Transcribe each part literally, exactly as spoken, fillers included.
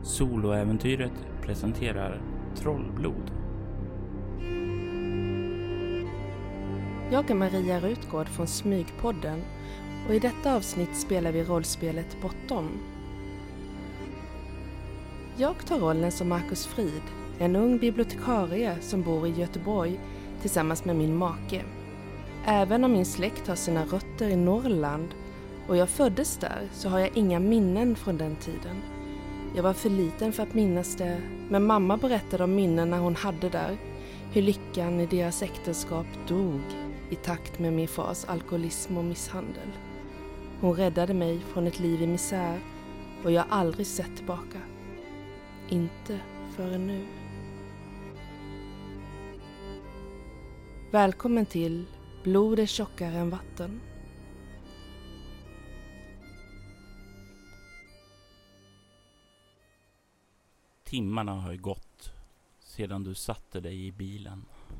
Soloäventyret presenterar Trollblod. Jag är Maria Rutgård från Smygpodden och i detta avsnitt spelar vi rollspelet Bortom. Jag tar rollen som Marcus Frid, en ung bibliotekarie som bor i Göteborg tillsammans med min make. Även om min släkt har sina rötter i Norrland och jag föddes där så har jag inga minnen från den tiden. Jag var för liten för att minnas det, men mamma berättade om minnena hon hade där. Hur lyckan i deras äktenskap dog i takt med min fars alkoholism och misshandel. Hon räddade mig från ett liv i misär och jag har aldrig sett tillbaka. Inte förrän nu. Välkommen till Blod är tjockare än vatten. Timmarna har ju gått sedan du satte dig i bilen.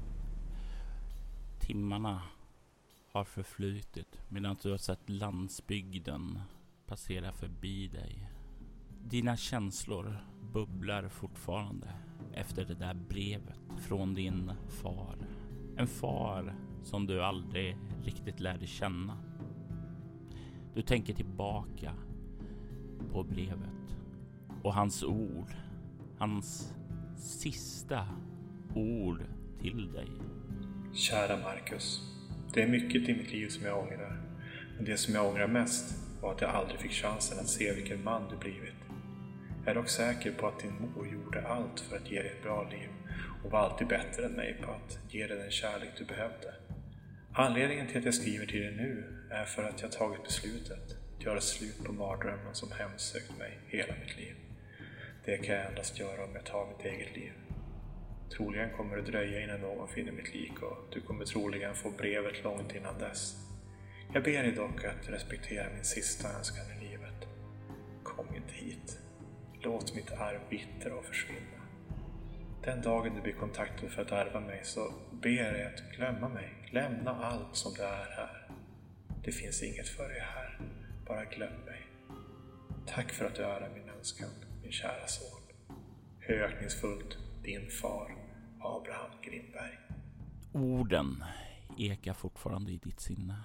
Timmarna har förflutit medan du har sett landsbygden passera förbi dig. Dina känslor bubblar fortfarande efter det där brevet från din far. En far som du aldrig riktigt lärde känna. Du tänker tillbaka på brevet och hans ord. Hans sista ord till dig. Kära Marcus, det är mycket i mitt liv som jag ångrar. Men det som jag ångrar mest var att jag aldrig fick chansen att se vilken man du blivit. Jag är dock säker på att din mor gjorde allt för att ge dig ett bra liv och var alltid bättre än mig på att ge dig den kärlek du behövde. Anledningen till att jag skriver till dig nu är för att jag tagit beslutet att göra slut på mardrömmen som hemsökt mig hela mitt liv. Det kan jag endast göra om jag tar mitt eget liv. Troligen kommer det dröja innan någon finner mitt lik och du kommer troligen få brevet långt innan dess. Jag ber dig dock att respektera min sista önskan i livet. Kom inte hit. Låt mitt arv vittra och försvinna. Den dagen du blir kontaktad för att ärva mig så ber jag dig att glömma mig. Lämna allt som det är här. Det finns inget för dig här. Bara glöm mig. Tack för att du är min önskan, min kära son. Högaktningsfullt, din far, Abraham Grimberg. Orden ekar fortfarande i ditt sinne.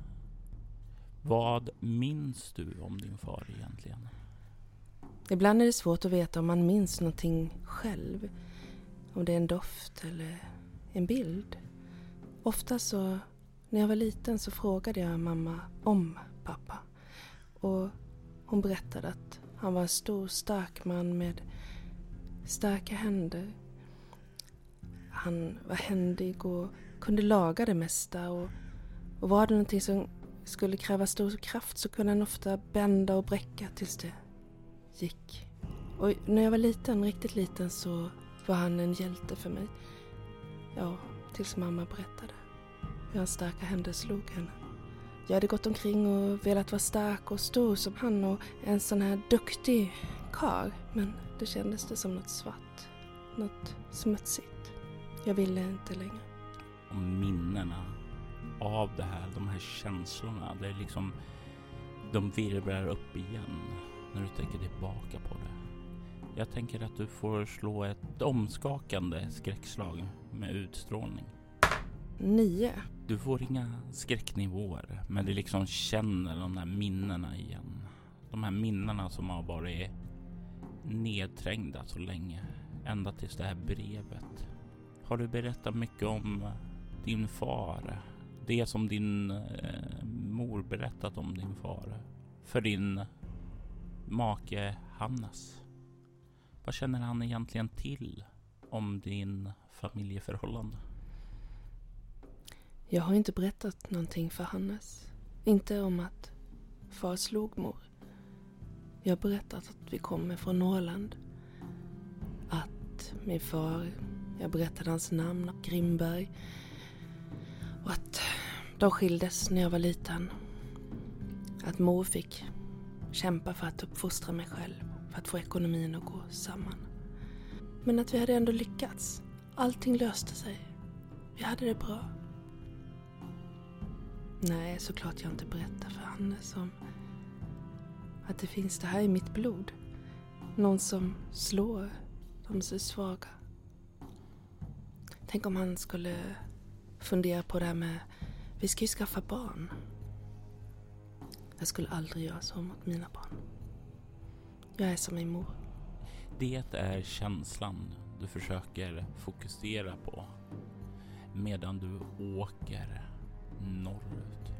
Vad minns du om din far egentligen? Ibland är det svårt att veta om man minns någonting själv. Om det är en doft eller en bild. Ofta så, när jag var liten så frågade jag mamma om pappa. Och hon berättade att han var en stor, stark man med starka händer. Han var händig och kunde laga det mesta. Och, och var det någonting som skulle kräva stor kraft så kunde han ofta bända och bräcka tills det gick. Och när jag var liten, riktigt liten, så var han en hjälte för mig. Ja, tills mamma berättade hur hans starka händer slog henne. Jag hade gått omkring och velat vara stark och stor som han och en sån här duktig karl. Men det kändes det som något svart, något smutsigt. Jag ville inte längre. Och minnena av det här, de här känslorna, det är liksom, de virvlar upp igen när du tänker tillbaka på det. Jag tänker att du får slå ett omskakande skräckslag med utstrålning. Nio. Du får inga skräcknivåer, men du liksom känner de här minnena igen. De här minnena som har varit nedträngda så länge, ända tills det här brevet. Har du berättat mycket om din far? Det som din eh, mor berättat om din far. För din make Hannes. Vad känner han egentligen till om din familjeförhållande? Jag har inte berättat någonting för Hannes. Inte om att far slog mor. Jag har berättat att vi kommer från Norrland. Att min far, jag berättade hans namn, Grimberg. Och att de skildes när jag var liten. Att mor fick kämpa för att uppfostra mig själv. För att få ekonomin att gå samman. Men att vi hade ändå lyckats. Allting löste sig. Vi hade det bra. Nej, såklart jag inte berättar för Hannes om att det finns det här i mitt blod. Någon som slår de som är svaga. Tänk om han skulle fundera på det här med, vi ska ju skaffa barn. Jag skulle aldrig göra så mot mina barn. Jag är som min mor. Det är känslan du försöker fokusera på medan du åker norrut.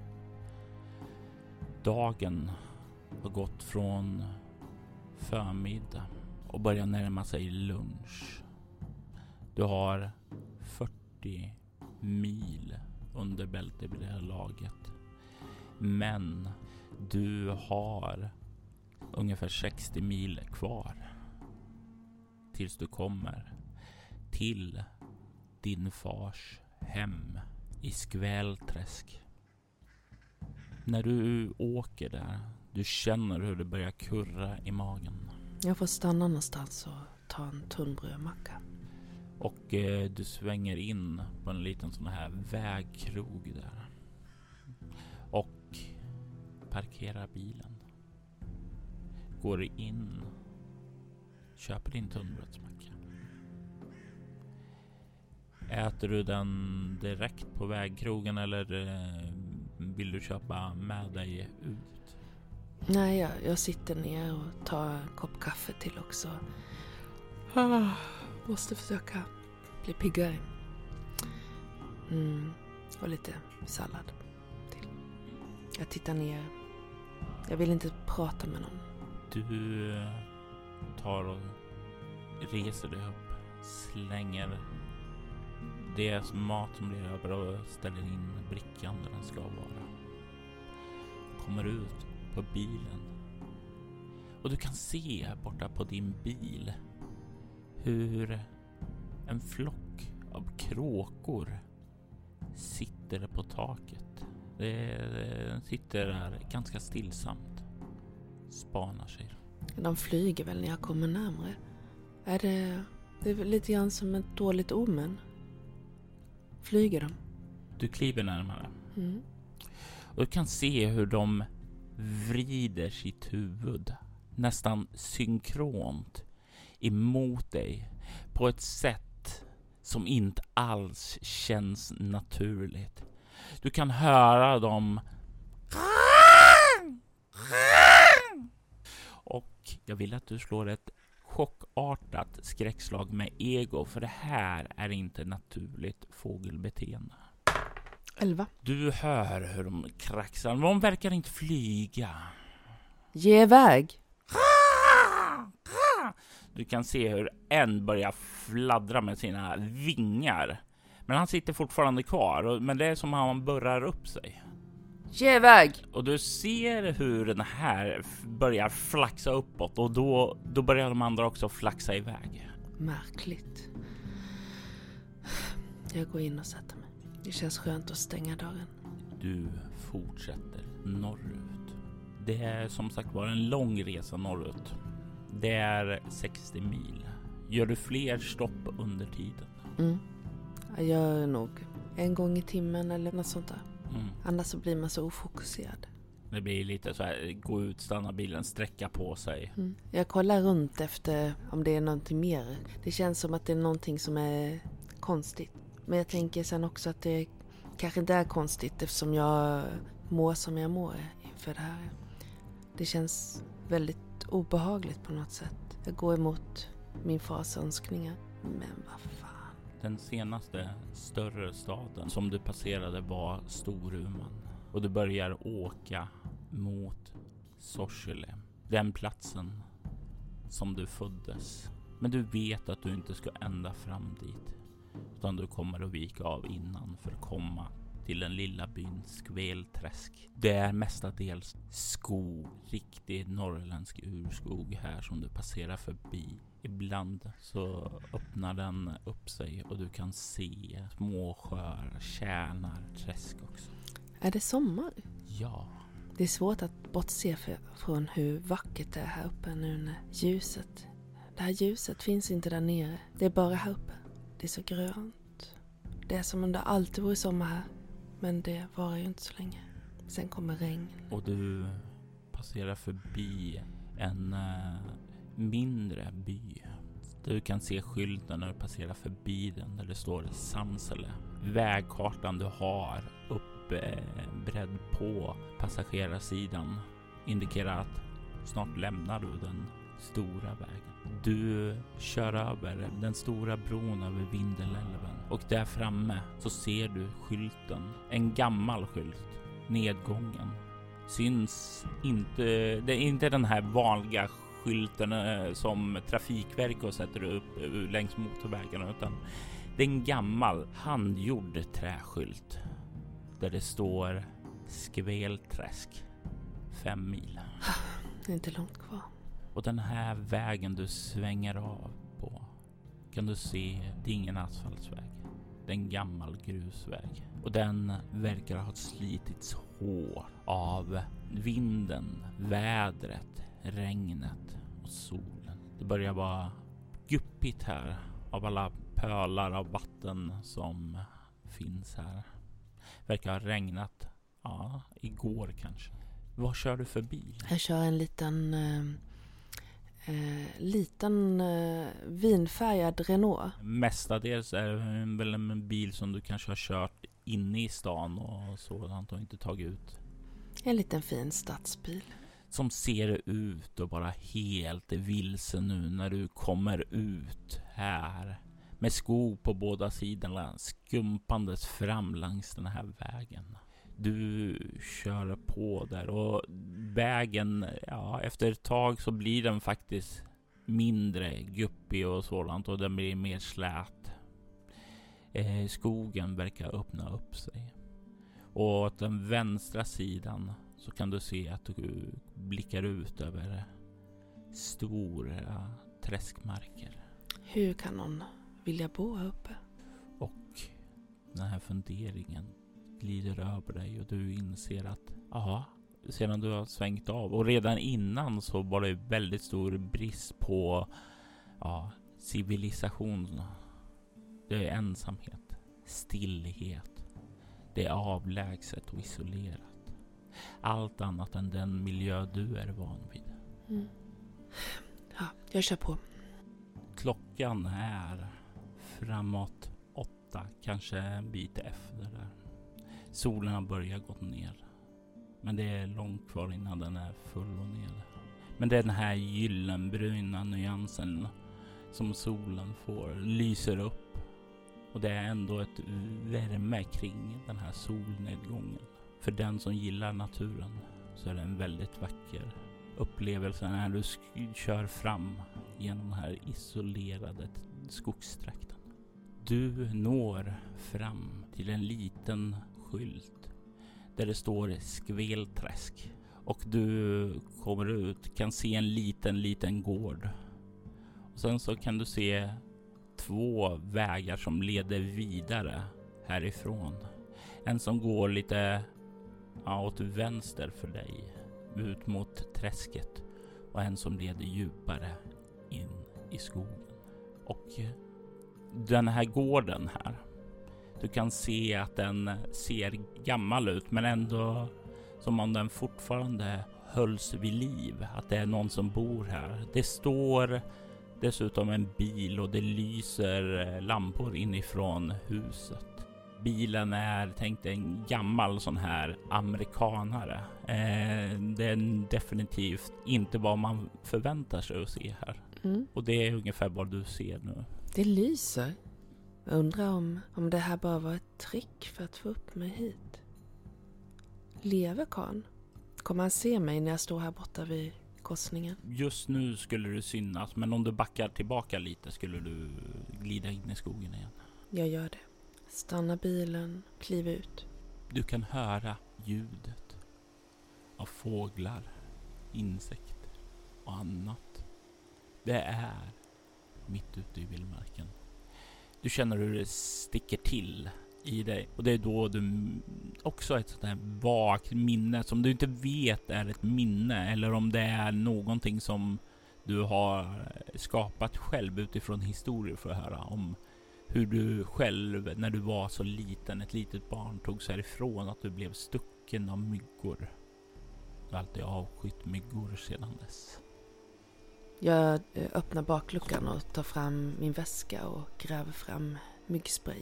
Dagen har gått från förmiddag och börjar närma sig lunch. Du har fyrtio mil under bältet vid det här laget. Men du har ungefär sextio mil kvar tills du kommer till din fars hem i Skvälträsk. När du åker där, du känner hur det börjar kurra i magen. Jag får stanna någonstans och ta en tunnbrödmacka. Och eh, du svänger in på en liten sån här vägkrog där. Och parkerar bilen. Går in. Köper din tunnbrödsmacka. Äter du den direkt på vägkrogen eller eh, vill du köpa med dig ut? Nej, jag, jag sitter ner och tar en kopp kaffe till också. Ah, måste försöka bli piggare. Mm, och lite sallad till. Jag tittar ner. Jag vill inte prata med någon. Du tar och reser dig upp. Slänger det som mat som blir över och ställer in brickan där den ska vara. Kommer ut på bilen. Och du kan se borta på din bil hur en flock av kråkor sitter på taket. Det sitter där ganska stillsamt. Spanar sig. De flyger väl när jag kommer närmare. Är det, det är väl lite grann som ett dåligt omen. Flyger de? Du kliver närmare. Mm. Och du kan se hur de vrider sitt huvud nästan synkront emot dig på ett sätt som inte alls känns naturligt. Du kan höra dem och jag vill att du slår ett chockartat skräckslag med ego, för det här är inte naturligt fågelbeteende. Elva. Du hör hur de kraxar, men de verkar inte flyga. Ge iväg. Du kan se hur en börjar fladdra med sina vingar. Men han sitter fortfarande kvar, men det är som att han burrar upp sig. Ge iväg. Och du ser hur den här börjar flaxa uppåt och då, då börjar de andra också flaxa iväg. Märkligt. Jag går in och sätter mig. Det känns skönt att stänga dörren. Du fortsätter norrut. Det är som sagt var en lång resa norrut. Det är sextio mil. Gör du fler stopp under tiden? Mm. Jag gör nog en gång i timmen eller något sånt där. Mm. Annars så blir man så ofokuserad. Det blir lite så här, gå ut, stanna bilen, sträcka på sig. Mm. Jag kollar runt efter om det är någonting mer. Det känns som att det är någonting som är konstigt. Men jag tänker sen också att det kanske inte är konstigt eftersom jag mår som jag mår inför det här. Det känns väldigt obehagligt på något sätt. Jag går emot min fars önskningar. Men vad fan. Den senaste större staden som du passerade var Storuman. Och du börjar åka mot Sorsele. Den platsen som du föddes. Men du vet att du inte ska ända fram dit. Utan du kommer att vika av innan för att komma till den lilla byn Skvälträsk. Det är mestadels skog, riktig norrländsk urskog här som du passerar förbi. Ibland så öppnar den upp sig och du kan se små sjöar, tjärnar, träsk också. Är det sommar? Ja. Det är svårt att bortse för, från hur vackert det är här uppe nu när ljuset, det här ljuset finns inte där nere. Det är bara här uppe. Det är så grönt. Det är som om det alltid vore sommar här. Men det varar ju inte så länge. Sen kommer regn. Och du passerar förbi en uh, mindre by. Du kan se skylten när du passerar förbi den där det står Samsele. Vägkartan du har uppbredd på passagerarsidan indikerar att snart lämnar du den stora vägen. Du kör över den stora bron över Vindelälven och där framme så ser du skylten. En gammal skylt, nedgången. Syns inte, det är inte den här vanliga skylten som Trafikverket sätter upp längs motorvägarna, utan det är en gammal handgjord träskylt där det står Skvelträsk, fem mil. Det är inte långt kvar. Och den här vägen du svänger av på kan du se, det är ingen asfaltsväg. Det är en gammal grusväg. Och den verkar ha slitits hårt av vinden, vädret, regnet och solen. Det börjar vara guppigt här av alla pölar av vatten som finns här. Verkar ha regnat, ja, igår kanske. Vad kör du för bil? Jag kör en liten eh, eh, liten eh, vinfärgad Renault. Mestadels är det väl en bil som du kanske har kört inne i stan och sådant och inte tagit ut. En liten fin stadsbil. Som ser ut och bara helt vilse nu när du kommer ut här. Med skog på båda sidorna skumpandes fram längs den här vägen. Du kör på där och vägen, ja, efter ett tag så blir den faktiskt mindre guppig och sådant och den blir mer slät. Eh, skogen verkar öppna upp sig. Och åt den vänstra sidan så kan du se att du blickar ut över stora träskmarker. Hur kan någon vilja bo här uppe? Och den här funderingen glider över dig och du inser att aha, sedan du har svängt av och redan innan så var det väldigt stor brist på ja, civilisation. Det är ensamhet, stillhet, det är avlägset och isolerat. Allt annat än den miljö du är van vid. Mm. Ja, jag kör på. Klockan är framåt åtta, kanske en bit efter där. Solen har börjat gå ner. Men det är långt kvar innan den är full och nere. Men det är den här gyllenbruna nyansen som solen får lyser upp. Och det är ändå ett värme kring den här solnedgången. För den som gillar naturen så är det en väldigt vacker upplevelse när du sk- kör fram genom den här isolerade skogstrakten. Du når fram till en liten skylt där det står Skvelträsk och du kommer ut, kan se en liten liten gård och sen så kan du se två vägar som leder vidare härifrån. En som går lite ja, åt vänster för dig ut mot träsket och en som leder djupare in i skogen. Och den här gården här, du kan se att den ser gammal ut men ändå som om den fortfarande hölls vid liv. Att det är någon som bor här. Det står dessutom en bil och det lyser lampor inifrån huset. Bilen är tänkt en gammal sån här amerikanare. Eh, det är definitivt inte vad man förväntar sig att se här. Mm. Och det är ungefär vad du ser nu. Det lyser. Jag undrar om, om det här bara var ett trick för att få upp mig hit. Lever Karn? Kommer han se mig när jag står här borta vid korsningen? Just nu skulle det synas, men om du backar tillbaka lite skulle du glida in i skogen igen. Jag gör det. Stanna bilen, kliv ut. Du kan höra ljudet av fåglar, insekter och annat. Det är mitt ute i vildmarken. Du känner hur det sticker till i dig. Och det är då du också ett sånt här vagt minne som du inte vet är ett minne. Eller om det är någonting som du har skapat själv utifrån historier för att höra om. Hur du själv när du var så liten, ett litet barn, tog sig ifrån att du blev stucken av myggor. Du har alltid avskytt myggor sedan dess. Jag öppnar bakluckan och tar fram min väska och gräver fram myggspray.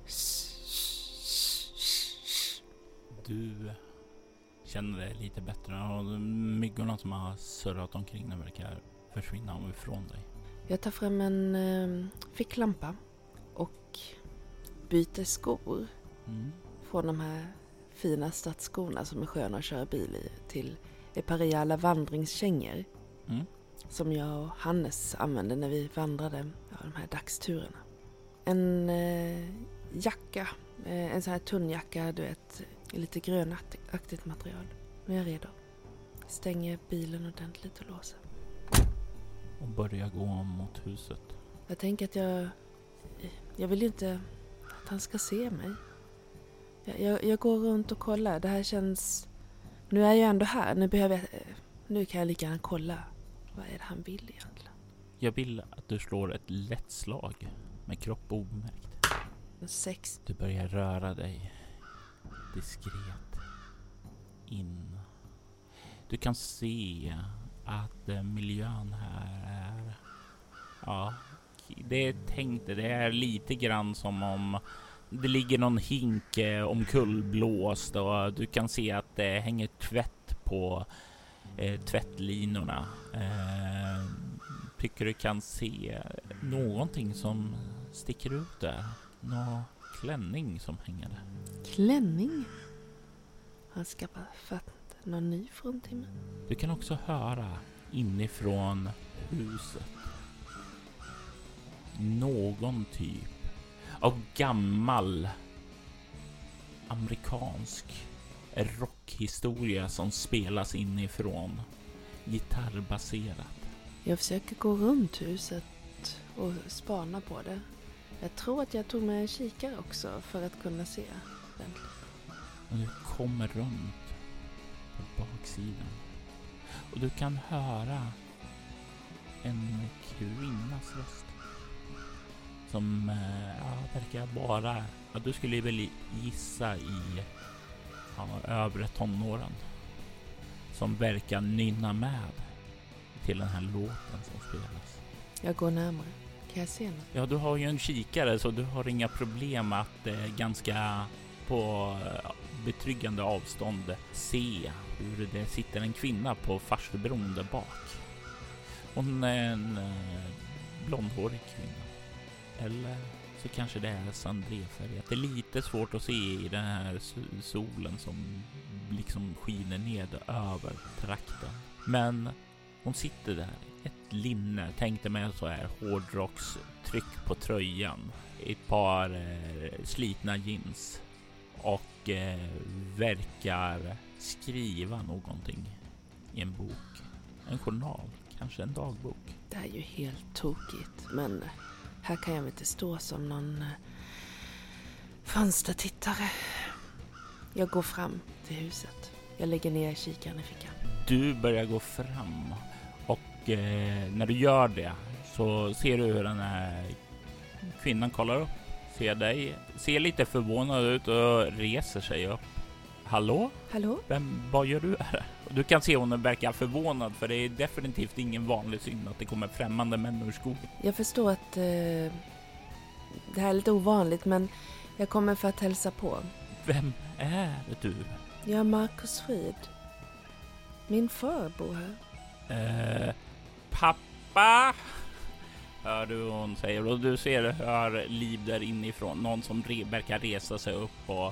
Du känner det lite bättre och myggorna som har surrat omkring den verkar försvinna ifrån dig. Jag tar fram en eh, ficklampa och byter skor Mm. från de här fina stadsskorna som är sköna att köra bil i till ett par rejäla vandringskängor Mm. som jag och Hannes använde när vi vandrade ja, de här dagsturerna. En eh, jacka, eh, en sån här tunn jacka, du vet, lite grönaktigt material. Nu är jag redo. Stänger bilen ordentligt och låser. Och börjar gå mot huset. Jag tänker att jag... Jag vill inte att han ska se mig. Jag, jag, jag går runt och kollar. Det här känns... Nu är jag ändå här. Nu behöver jag... Nu kan jag lika gärna kolla. Vad är det han vill egentligen? Jag vill att du slår ett lätt slag med kropp omärkt. Sex. Du börjar röra dig diskret in. Du kan se att eh, miljön här är... Ja, det är tänkt. Det är lite grann som om det ligger någon hink eh, omkullblåst och du kan se att det hänger tvätt på eh, tvättlinorna. Eh, tycker du kan se någonting som sticker ut där. Nå klänning som hänger där. Klänning? Har han skaffat någon ny fruntimmer? Du kan också höra inifrån huset någon typ av gammal amerikansk rockhistoria som spelas inifrån, gitarrbaserat. Jag försöker gå runt huset och spana på det. Jag tror att jag tog med en kikare också för att kunna se ordentligt. Och du kommer runt på baksidan och du kan höra en kvinnas röst som ja, verkar vara, ja, du skulle väl gissa i ja, övre tonåren, som verkar nynna med till den här låten som spelas. Jag går närmare. Kan jag se något? Ja, du har ju en kikare så du har inga problem att eh, ganska på eh, betryggande avstånd se hur det sitter en kvinna på farstubron där bak. Hon är en eh, blondhårig kvinna. Eller så kanske det är sandrefärgat. Det är lite svårt att se i den här solen som liksom skiner ned över trakten. Men hon sitter där. Ett linne, tänkte mig så här hårdrockstryck på tröjan. Ett par eh, slitna jeans. Och eh, verkar skriva någonting i en bok. En journal, kanske en dagbok. Det är ju helt tokigt, men här kan jag inte stå som någon fönstertittare. Jag går fram till huset. Jag lägger ner kikaren i fickan. Du börjar gå fram och eh, när du gör det så ser du hur den här kvinnan kollar upp, ser dig, ser lite förvånad ut och reser sig upp. Hallå? Hallå? Vem, vad gör du här? Du kan se hon verkar förvånad, för det är definitivt ingen vanlig syn att det kommer främmande män ur skogen. Jag förstår att eh, det här är lite ovanligt, men jag kommer för att hälsa på. Vem är du? Jag är Marcus Frid. Min far bor här. Eh, pappa! Hör du hon säger, och du ser hör liv där inifrån. Någon som re- verkar resa sig upp och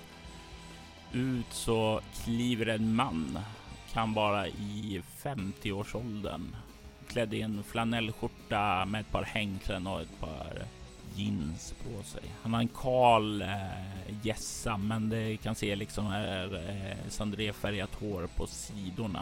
ut så kliver en man. Kan vara i femtio-årsåldern. Klädd i en flanellskjorta med ett par hängslen och ett par jeans på sig. Han har en kal eh, gässa, men det kan se liksom är eh, sandrefärgat hår på sidorna.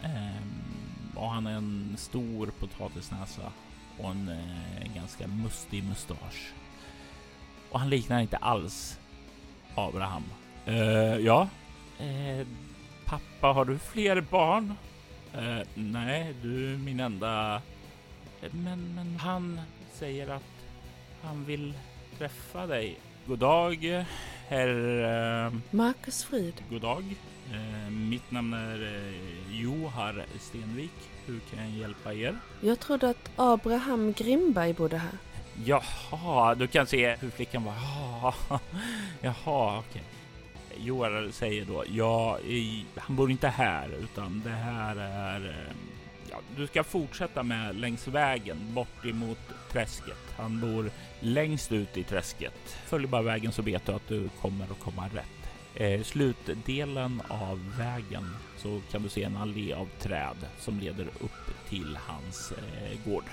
Eh, och han har en stor potatisnäsa och en eh, ganska mustig mustasch. Och han liknar inte alls Abraham. Eh, ja. Eh, pappa, har du fler barn? Eh, nej, du är min enda. Men, men han säger att han vill träffa dig. God dag. herr eh, Marcus Frid. god dag. Eh, mitt namn är eh, Johar Stenvik. Hur kan jag hjälpa er? Jag trodde att Abraham Grimberg bodde här. Jaha, du kan se hur flickan var. Jaha, jaha okej. Johar säger då, ja, i, han bor inte här utan det här är... Eh, ja, du ska fortsätta med längs vägen bort emot träsket. Han bor längst ut i träsket. Följ bara vägen så vet du att du kommer att komma rätt. Eh, slutdelen av vägen så kan du se en allé av träd som leder upp till hans eh, gård.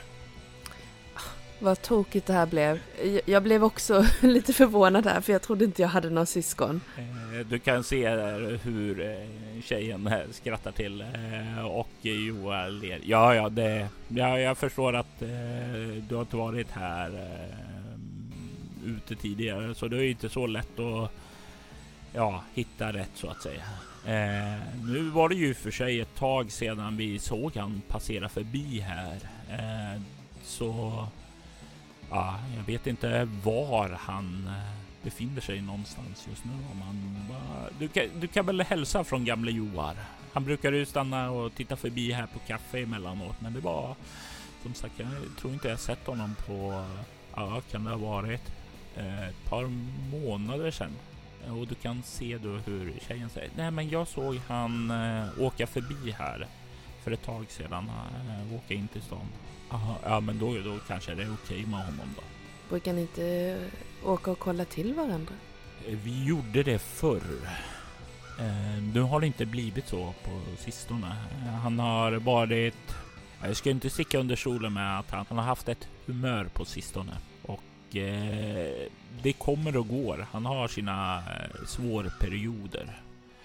Vad tokigt det här blev. Jag blev också lite förvånad här för jag trodde inte jag hade någon syskon. Eh, du kan se hur eh, tjejen skrattar till eh, och Joel ler. Ja, ja, det, ja, jag förstår att eh, du har inte varit här eh, ute tidigare så det är ju inte så lätt att ja, hitta rätt så att säga. Eh, nu var det ju för sig ett tag sedan vi såg han passera förbi här. Eh, så ja, jag vet inte var han befinner sig någonstans just nu. Om han bara, du, kan, du kan väl hälsa från gamle Johar. Han brukar ju stanna och titta förbi här på kaffe emellanåt. Men det var, som sagt, jag tror inte jag sett honom på, ja, kan det ha varit eh, ett par månader sedan. Och du kan se då hur tjejen säger, nej men jag såg han eh, åka förbi här för ett tag sedan. Eh, åka in till stan. Aha, ja, men då, då kanske det är okej med honom då. Brukar ni inte åka och kolla till varandra? Vi gjorde det förr. Eh, nu har det inte blivit så på sistone. Eh, han har varit... Jag ska inte sticka under solen med att han, han har haft ett humör på sistone. Och eh, det kommer och går. Han har sina eh, svårperioder.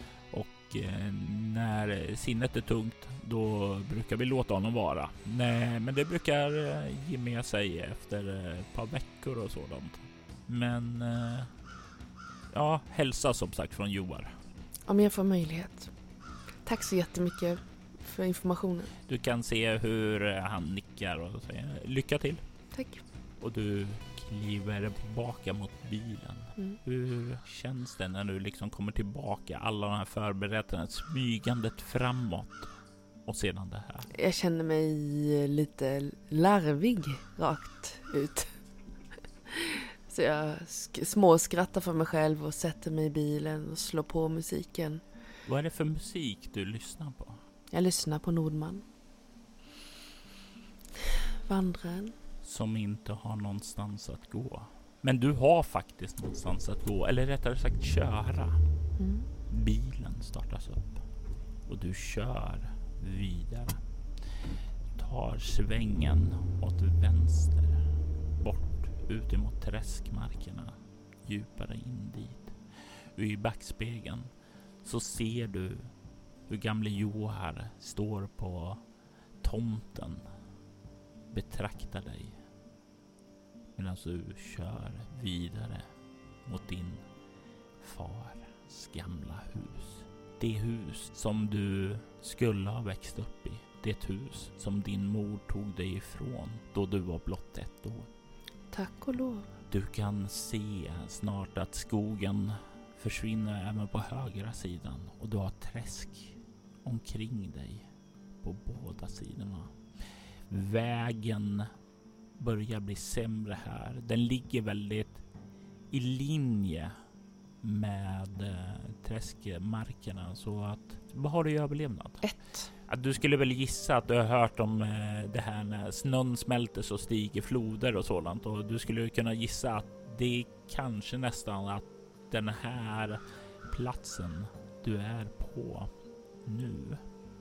Eh, när sinnet är tungt då brukar vi låta honom vara. Nej, men det brukar eh, ge med sig efter eh, ett par veckor och sådant. Men eh, ja, hälsa som sagt från Joar. Om jag får möjlighet. Tack så jättemycket för informationen. Du kan se hur eh, han nickar och säger lycka till. Tack. Och du kliver tillbaka mot bilen. Mm. Hur känns det när du liksom kommer tillbaka? Alla de här förberedelserna, smygandet framåt och sedan det här. Jag känner mig lite larvig rakt ut. Så jag sk- småskrattar för mig själv och sätter mig i bilen och slår på musiken. Vad är det för musik du lyssnar på? Jag lyssnar på Nordman. Vandraren. Som inte har någonstans att gå. Men du har faktiskt någonstans att gå. Eller rättare sagt köra. Mm. Bilen startas upp. Och du kör vidare. Tar svängen åt vänster. Bort ut emot träskmarkerna. Djupare in dit. Och i backspegeln så ser du hur gamle Johar står på tomten. Betraktar dig. Medan du kör vidare mot din fars gamla hus. Det hus som du skulle ha växt upp i. Det hus som din mor tog dig ifrån då du var blott ett år. Tack och lov. Du kan se snart att skogen försvinner även på högra sidan. Och du har träsk omkring dig på båda sidorna. Vägen börjar bli sämre här. Den ligger väldigt i linje med eh, träskmarkerna. Så att, vad har du i överlevnad? Ett. Att du skulle väl gissa att du har hört om eh, det här när snön smälter så stiger floder och sådant. Och du skulle kunna gissa att det är kanske nästan att den här platsen du är på nu,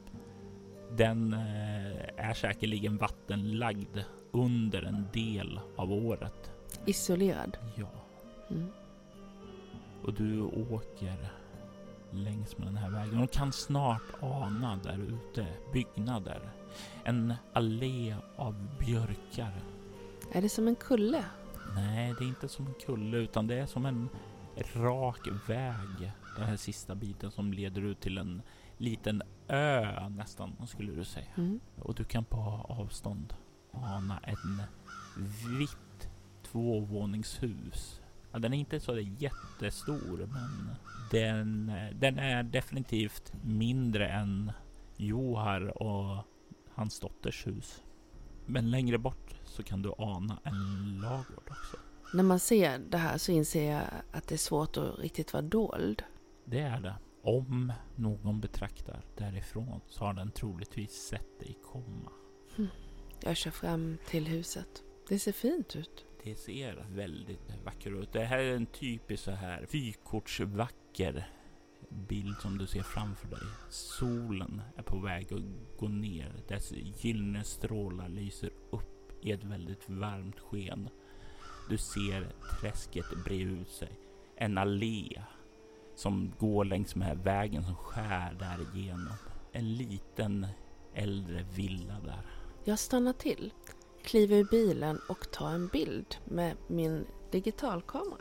den eh, är säkerligen vattenlagd under en del av året. Isolerad? Ja. Mm. Och du åker längs med den här vägen och kan snart ana där ute byggnader. En allé av björkar. Är det som en kulle? Nej, det är inte som en kulle utan det är som en rak väg. Den här sista biten som leder ut till en liten ö nästan, skulle du säga. Mm. Och du kan på avstånd ana en vitt tvåvåningshus Ja, den är inte så jättestor, men den, den är definitivt mindre än Johar och hans dotters hus. Men längre bort så kan du ana en lagård också. När man ser det här så inser jag att det är svårt att riktigt vara dold. Det är det. Om någon betraktar därifrån så har den troligtvis sett dig komma. Mm. Jag kör fram till huset. Det ser fint ut. Det ser väldigt vackert ut. Det här är en typisk så här vykortsvacker bild som du ser framför dig. Solen är på väg att gå ner. Dess gyllene strålar lyser upp i ett väldigt varmt sken. Du ser träsket bre ut sig. En allé som går längs med vägen som skär där igenom. En liten äldre villa där. Jag stannar till, kliver ur bilen och tar en bild med min digitalkamera.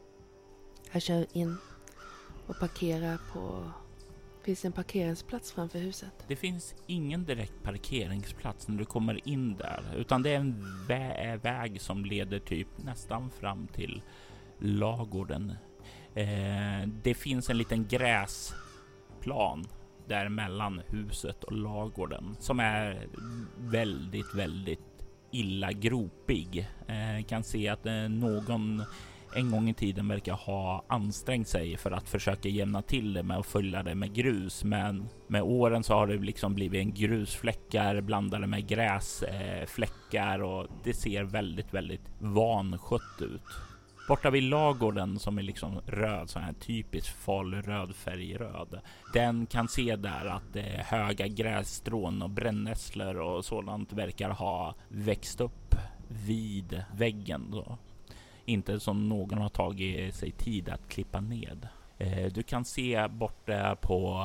Jag kör in och parkerar på... Finns det en parkeringsplats framför huset? Det finns ingen direkt parkeringsplats när du kommer in där, utan det är en vä- väg som leder typ nästan fram till lagården. Eh, det finns en liten gräsplan där mellan huset och lagården som är väldigt, väldigt illa gropig. Eh, kan se att eh, någon en gång i tiden verkar ha ansträngt sig för att försöka jämna till det med att fylla det med grus, men med åren så har det liksom blivit en grusfläckar blandade med gräsfläckar eh, och det ser väldigt, väldigt vanskött ut. Borta vid lagården som är liksom röd, så här typisk falröd färgröd. Den kan se där att det är höga grässtrån och brännässlor och sådant verkar ha växt upp vid väggen då. Inte som någon har tagit sig tid att klippa ned. Eh, du kan se borta på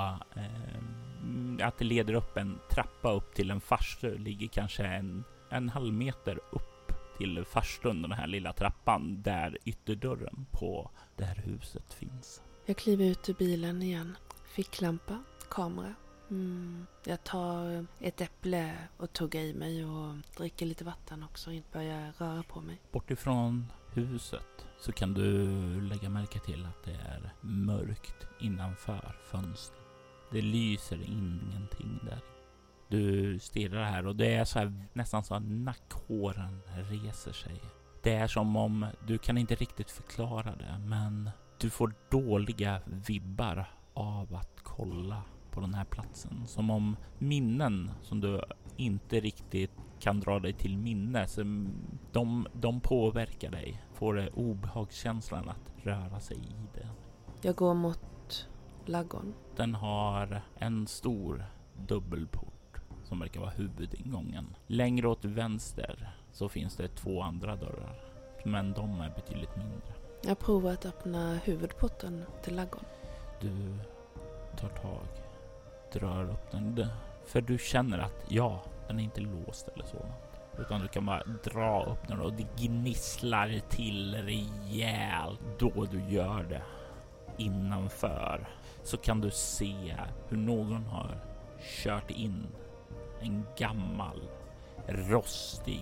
eh, att det leder upp en trappa upp till en farstu. Ligger kanske en, en halv meter upp till farstun, den här lilla trappan där ytterdörren på det här huset finns. Jag kliver ut ur bilen igen. Ficklampa, kamera. Mm. Jag tar ett äpple och tuggar i mig och dricker lite vatten också. Inte börjar röra på mig. Bortifrån huset så kan du lägga märke till att det är mörkt innanför fönstret. Det lyser ingenting där. Du stirrar här och det är så här, nästan så att nackhåren reser sig. Det är som om, du kan inte riktigt förklara det, men du får dåliga vibbar av att kolla på den här platsen. Som om minnen som du inte riktigt kan dra dig till minne, de, de påverkar dig. Får det obehagskänslan att röra sig i det. Jag går mot lagården. Den har en stor dubbelport som verkar vara huvudingången. Längre åt vänster så finns det två andra dörrar, men de är betydligt mindre. Jag provar att öppna huvudporten till lagården. Du tar tag, drar upp den, för du känner att ja, den är inte låst eller så. Utan du kan bara dra upp den och det gnisslar till rejält. Då du gör det innanför så kan du se hur någon har kört in en gammal rostig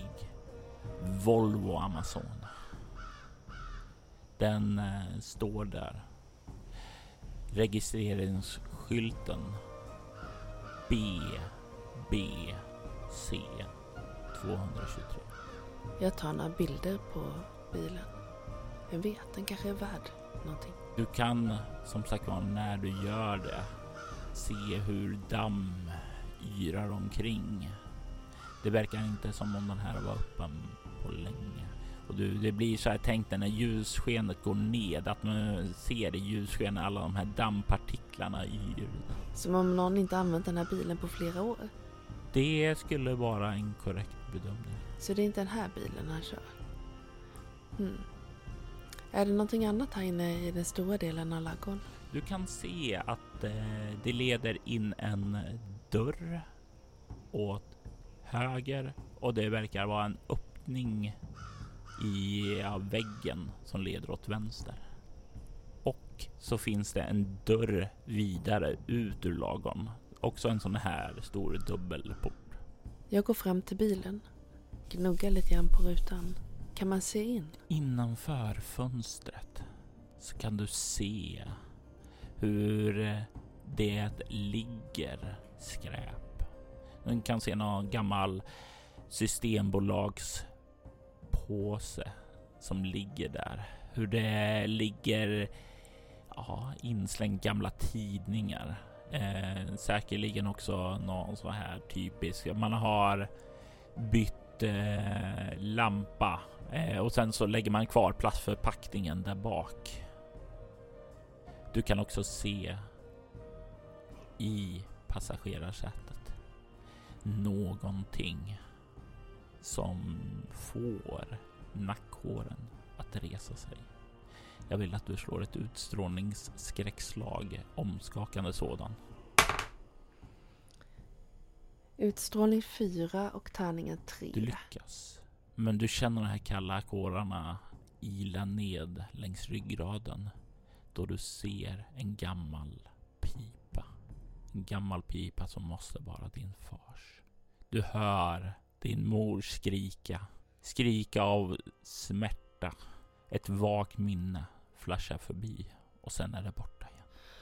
Volvo Amazon. Den eh, står där. Registreringsskylten B B C tvåhundratjugotre. Jag tar några bilder på bilen. Jag vet, den kanske är värd någonting. Du kan som sagt var när du gör det se hur damm yrar omkring. Det verkar inte som om den här var öppen på länge. Och du, det blir så här tänkt när ljusskenet går ned att man ser i ljusskenet alla de här dammpartiklarna yr. Som om någon inte använt den här bilen på flera år. Det skulle vara en korrekt bedömning. Så det är inte den här bilen han kör? Hmm. Är det någonting annat här inne i den stora delen av lagården? Du kan se att eh, det leder in en dörr åt höger och det verkar vara en öppning i ja, väggen som leder åt vänster. Och så finns det en dörr vidare ut ur lagården. Också en sån här stor dubbelport. Jag går fram till bilen. Gnuggar lite grann på rutan. Kan man se in? Innanför fönstret så kan du se hur det ligger skräp. Du kan se någon gammal systembolagspåse som ligger där. Hur det ligger ja, inslängt gamla tidningar. Eh, säkerligen också någon så här typisk. Man har bytt eh, lampa eh, och sen så lägger man kvar plastförpackningen där bak. Du kan också se i passagerarsätet någonting som får nackhåren att resa sig. Jag vill att du slår ett utstrålningsskräckslag, omskakande sådan. Utstrålning fyra och tärningen tre. Du lyckas. Men du känner de här kalla kårarna ila ned längs ryggraden då du ser en gammal pipa. En gammal pipa som måste vara din fars. Du hör din mor skrika. Skrika av smärta. Ett vagt minne flashar förbi och sen är det borta igen.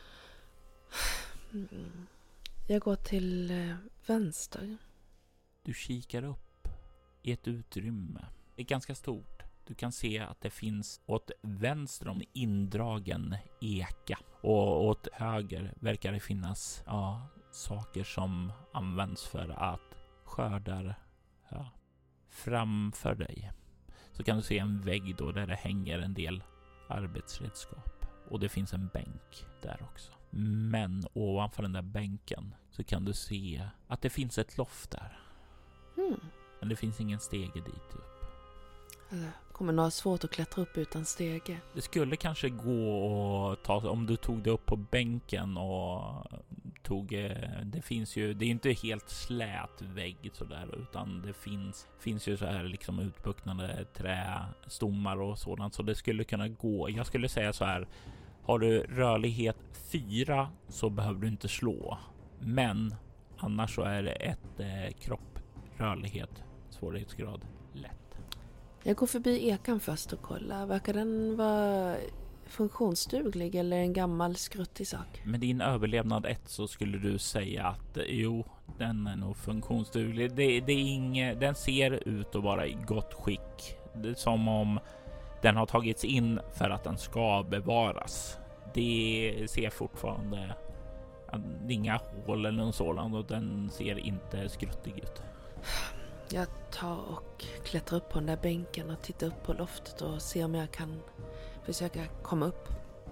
Mm. Jag går till eh, vänster. Du kikar upp i ett utrymme. Det är ganska stort. Du kan se att det finns åt vänster om indragen eka. Och åt höger verkar det finnas ja, saker som används för att skörda ja, framför dig. Så kan du se en vägg då där det hänger en del arbetsredskap. Och det finns en bänk där också. Men ovanför den där bänken så kan du se att det finns ett loft där. Mm. Men det finns ingen stege dit upp. Det kommer nog ha svårt att klättra upp utan stege. Det skulle kanske gå att ta, om du tog det upp på bänken och tog, det finns ju, det är inte helt slät vägg sådär, utan det finns, finns ju så här liksom utbuktande trästommar och sådant, så det skulle kunna gå. Jag skulle säga så här, har du rörlighet fyra så behöver du inte slå, men annars så är det ett eh, kropp, rörlighet, svårighetsgrad lätt. Jag går förbi ekan först och kollar. Verkar den vara funktionsduglig eller en gammal skruttig sak? Med din överlevnad ett så skulle du säga att jo, den är nog funktionsduglig. Det, det är inget, den ser ut att vara i gott skick. Det är som om den har tagits in för att den ska bevaras. Det ser fortfarande inga hål eller något sådant och den ser inte skruttig ut. Jag tar och klättrar upp på den där bänken och tittar upp på loftet och ser om jag kan försöka komma upp.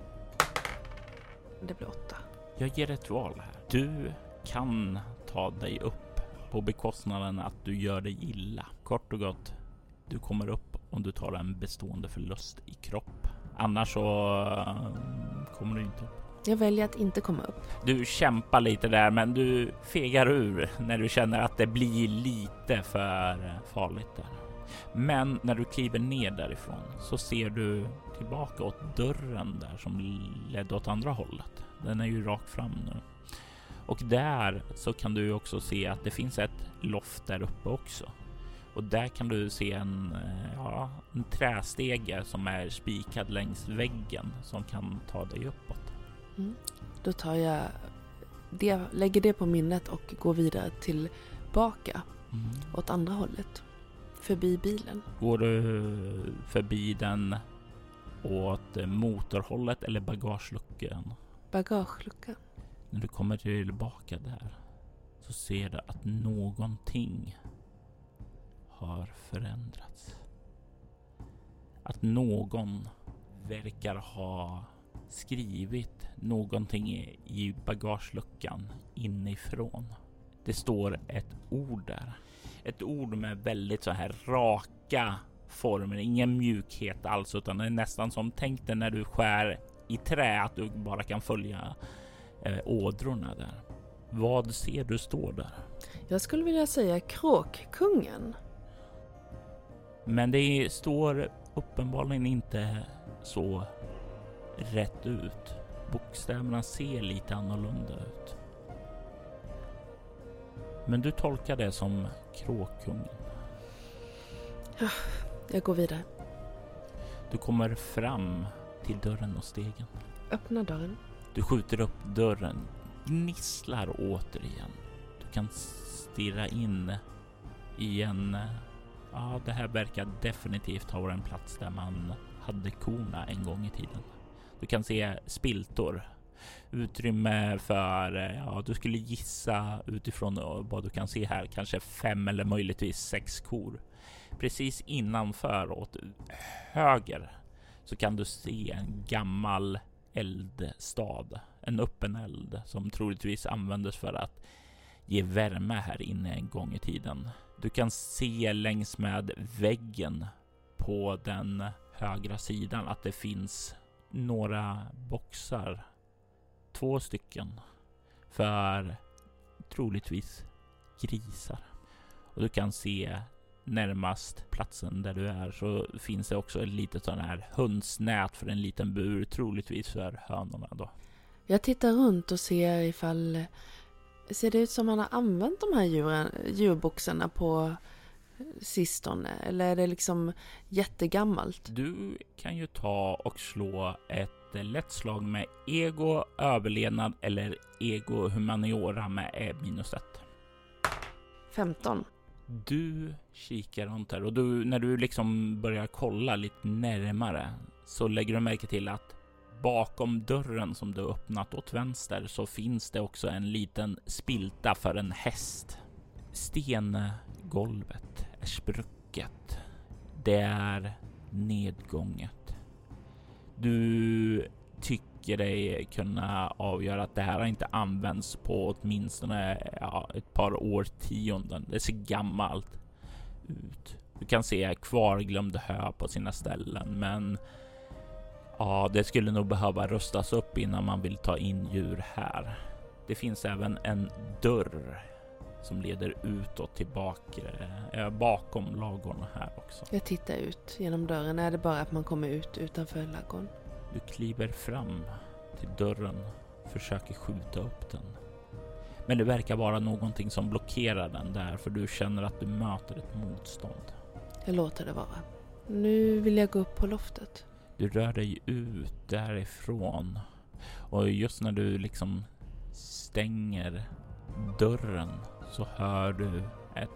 Det blir åtta. Jag ger ett val här. Du kan ta dig upp på bekostnaden att du gör dig illa. Kort och gott, du kommer upp om du tar en bestående förlust i kropp. Annars så kommer du inte upp. Jag väljer att inte komma upp. Du kämpar lite där, men du fegar ur när du känner att det blir lite för farligt där. Men när du kliver ner därifrån så ser du tillbaka åt dörren där som ledde åt andra hållet. Den är ju rakt fram nu. Och där så kan du också se att det finns ett loft där uppe också. Och där kan du se en, ja, en trästege som är spikad längs väggen som kan ta dig uppåt. Mm. Då tar jag det, lägger det på minnet och går vidare tillbaka mm. åt andra hållet. Förbi bilen. Går du förbi den åt motorhållet eller bagageluckan? Bagageluckan. När du kommer tillbaka där så ser du att någonting har förändrats. Att någon verkar ha skrivit någonting i bagageluckan inifrån. Det står ett ord där. Ett ord med väldigt så här raka former. Ingen mjukhet alls, utan det är nästan som tänk dig när du skär i trä att du bara kan följa eh, ådrorna där. Vad ser du står där? Jag skulle vilja säga Kråkkungen. Men det står uppenbarligen inte så rätt ut. Bokstäverna ser lite annorlunda ut. Men du tolkar det som Kråkkungen. Ja, jag går vidare. Du kommer fram till dörren och stegen. Öppna dörren. Du skjuter upp dörren, gnisslar återigen. Du kan stirra in i en... Ja, det här verkar definitivt ha varit en plats där man hade korna en gång i tiden. Du kan se spiltor. Utrymme för, ja, du skulle gissa utifrån vad du kan se här, kanske fem eller möjligtvis sex kor. Precis innanför åt höger så kan du se en gammal eldstad. En öppen eld som troligtvis användes för att ge värme här inne en gång i tiden. Du kan se längs med väggen på den högra sidan att det finns några boxar. Två stycken för troligtvis grisar. Och du kan se närmast platsen där du är så finns det också ett litet sån här hönsnät för en liten bur, troligtvis för hönorna då. Jag tittar runt och ser ifall... Ser det ut som man har använt de här djuren, djurboxarna på sistone? Eller är det liksom jättegammalt? Du kan ju ta och slå ett lätt slag med ego, överlevnad eller ego humaniora med minus ett. femton. Du kikar runt här och du, när du liksom börjar kolla lite närmare så lägger du märke till att bakom dörren som du öppnat åt vänster så finns det också en liten spilta för en häst. Stengolvet är sprucket. Det är nedgånget. Du tycker dig kunna avgöra att det här har inte använts på åtminstone ja, ett par årtionden. Det ser gammalt ut. Du kan se kvarglömd hö på sina ställen, men ja, det skulle nog behöva rustas upp innan man vill ta in djur här. Det finns även en dörr som leder utåt tillbaka äh, bakom lagorna här också. Jag tittar ut genom dörren. Är det bara att man kommer ut utanför lagorn? Du kliver fram till dörren, försöker skjuta upp den. Men det verkar vara någonting som blockerar den där, för du känner att du möter ett motstånd. Jag låter det vara. Nu vill jag gå upp på loftet. Du rör dig ut därifrån och just när du liksom stänger dörren så hör du ett...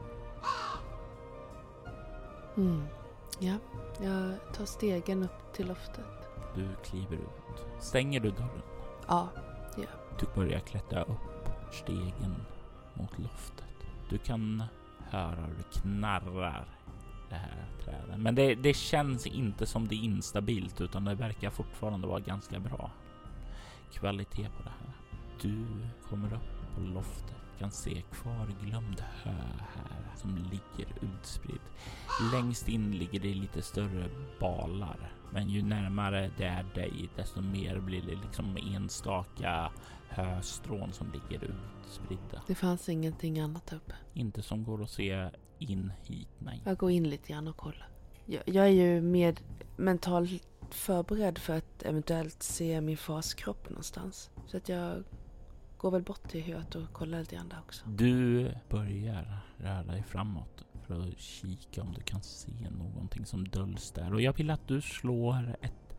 Mm. Ja, jag tar stegen upp till loftet. Du kliver ut. Stänger du dörren? Ja, ja. Du börjar klättra upp stegen mot loftet. Du kan höra hur det knarrar det här trädet. Men det, det känns inte som det är instabilt, utan det verkar fortfarande vara ganska bra kvalitet på det här. Du kommer upp på loftet, kan se kvarglömd hö här som ligger utspridd. Längst in ligger det lite större balar, men ju närmare det är dig desto mer blir det liksom enstaka höstrån som ligger utspridda. Det fanns ingenting annat uppe. Inte som går att se in hit, nej. Jag går in lite grann och kollar. Jag, jag är ju med mentalt förberedd för att eventuellt se min fars kropp någonstans. Så att jag går väl bort till höet och kollar lite grann där också. Du börjar röra dig framåt för att kika om du kan se någonting som döljs där. Och jag vill att du slår ett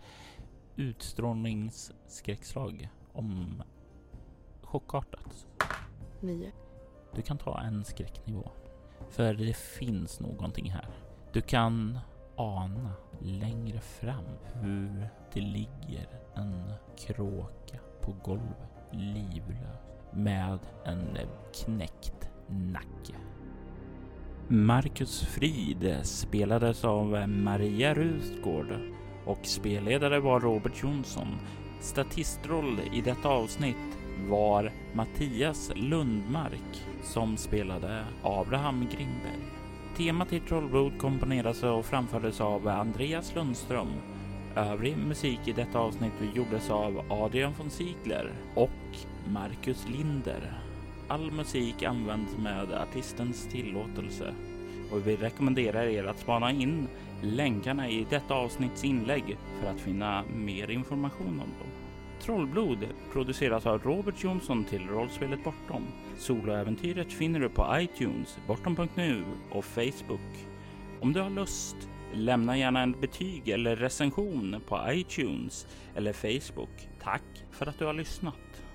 utstrålningsskräckslag om chockartat. Nio. Du kan ta en skräcknivå. För det finns någonting här. Du kan ana längre fram hur det ligger en kråka på golvet, livlös, med en knäckt nacke. Marcus Frid spelades av Maria Rutgård och spelledare var Robert Jonsson. Statistroll i detta avsnitt var Mattias Lundmark som spelade Abraham Grimberg. Temat i Trollblod komponerades och framfördes av Andreas Lundström. Övrig musik i detta avsnitt gjordes av Adrian von Ziegler och Marcus Linder. All musik används med artistens tillåtelse. Och vi rekommenderar er att spana in länkarna i detta avsnitts inlägg för att finna mer information om dem. Trollblod produceras av Robert Jonsson till rollspelet Bortom. Soloäventyret finner du på iTunes, bortom punkt nu och Facebook. Om du har lust Lämna gärna en betyg eller recension på iTunes eller Facebook. Tack för att du har lyssnat.